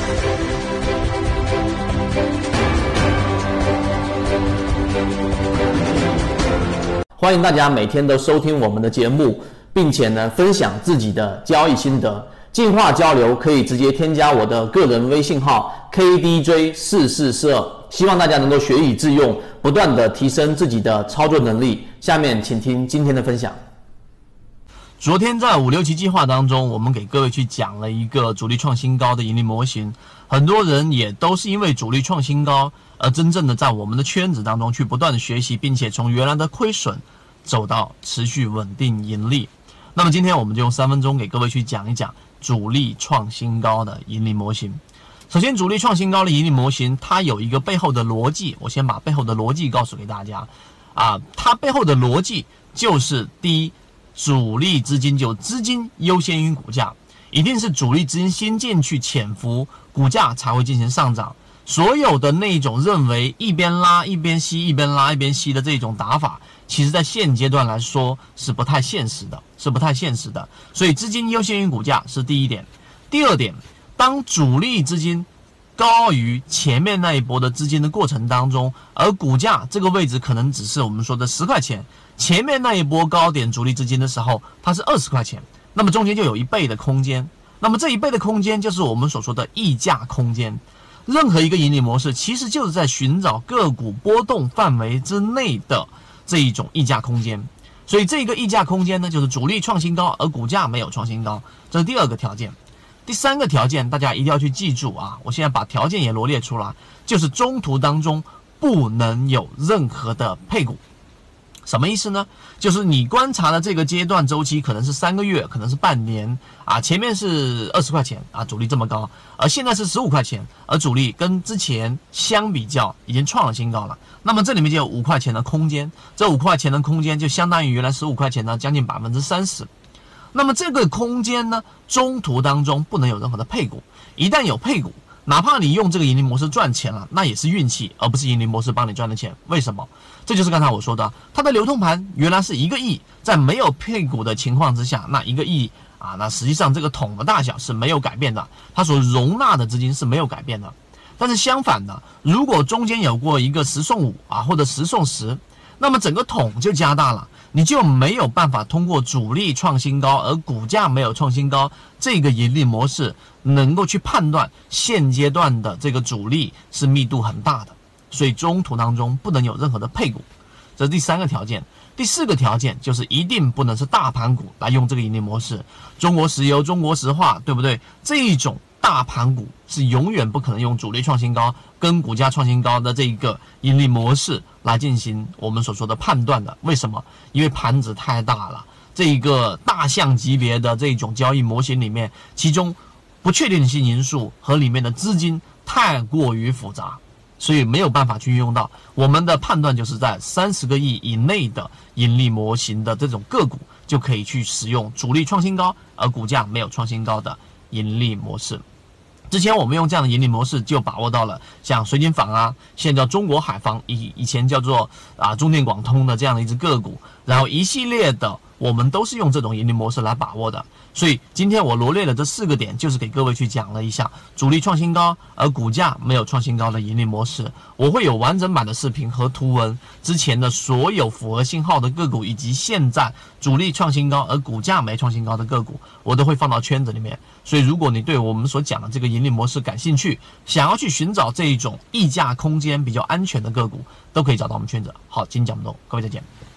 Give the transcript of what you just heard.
欢迎大家每天都收听我们的节目，并且呢分享自己的交易心得。进化交流可以直接添加我的个人微信号 KDJ4442，希望大家能够学以致用，不断的提升自己的操作能力。下面请听今天的分享。昨天在5、6期计划当中，我们给各位去讲了一个主力创新高的盈利模型，很多人也都是因为主力创新高而真正的在我们的圈子当中去不断的学习，并且从原来的亏损走到持续稳定盈利。那么今天我们就用3分钟给各位去讲一讲主力创新高的盈利模型。首先，主力创新高的盈利模型它有一个背后的逻辑，我先把背后的逻辑告诉给大家它背后的逻辑就是第一，主力资金就资金优先于股价，一定是主力资金先进去潜伏，股价才会进行上涨。所有的那种认为一边拉一边吸，一边拉一边吸的这种打法，其实在现阶段来说是不太现实的，所以资金优先于股价是第一点。第二点，当主力资金高于前面那一波的资金的过程当中，而股价这个位置可能只是我们说的10块钱，前面那一波高点主力资金的时候它是20块钱，那么中间就有1倍的空间，那么这1倍的空间就是我们所说的溢价空间。任何一个盈利模式其实就是在寻找个股波动范围之内的这一种溢价空间，所以这个溢价空间呢，就是主力创新高而股价没有创新高，这是第2个条件。第3个条件大家一定要去记住我现在把条件也罗列出来，就是中途当中不能有任何的配股。什么意思呢？就是你观察的这个阶段周期可能是3个月，可能是半年前面是20块钱主力这么高，而现在是15块钱，而主力跟之前相比较已经创了新高了，那么这里面就有5块钱的空间，这5块钱的空间就相当于原来15块钱呢将近 30%。那么这个空间呢，中途当中不能有任何的配股，一旦有配股，哪怕你用这个盈利模式赚钱了，那也是运气，而不是盈利模式帮你赚的钱。为什么？这就是刚才我说的，它的流通盘原来是1个亿，在没有配股的情况之下，那1个亿那实际上这个桶的大小是没有改变的，它所容纳的资金是没有改变的。但是相反的，如果中间有过一个10送5或者10送10，那么整个桶就加大了，你就没有办法通过主力创新高而股价没有创新高这个盈利模式能够去判断现阶段的这个主力是密度很大的，所以中途当中不能有任何的配股，这是第3个条件。第4个条件就是一定不能是大盘股来用这个盈利模式，中国石油、中国石化，对不对？这一种大盘股是永远不可能用主力创新高跟股价创新高的这一个盈利模式来进行我们所说的判断的。为什么？因为盘子太大了，这一个大象级别的这种交易模型里面，其中不确定性因素和里面的资金太过于复杂，所以没有办法去运用到。我们的判断就是在30个亿以内的盈利模型的这种个股，就可以去使用主力创新高而股价没有创新高的盈利模式。之前我们用这样的盈利模式就把握到了像水井坊现在叫中国海防，以前叫做中电广通的这样的一只个股，然后一系列的我们都是用这种盈利模式来把握的。所以今天我罗列了这4个点，就是给各位去讲了一下主力创新高而股价没有创新高的盈利模式。我会有完整版的视频和图文，之前的所有符合信号的个股，以及现在主力创新高而股价没创新高的个股，我都会放到圈子里面。所以如果你对我们所讲的这个盈利模式感兴趣，想要去寻找这一种溢价空间比较安全的个股，都可以找到我们圈子。好，今天讲不多，各位再见。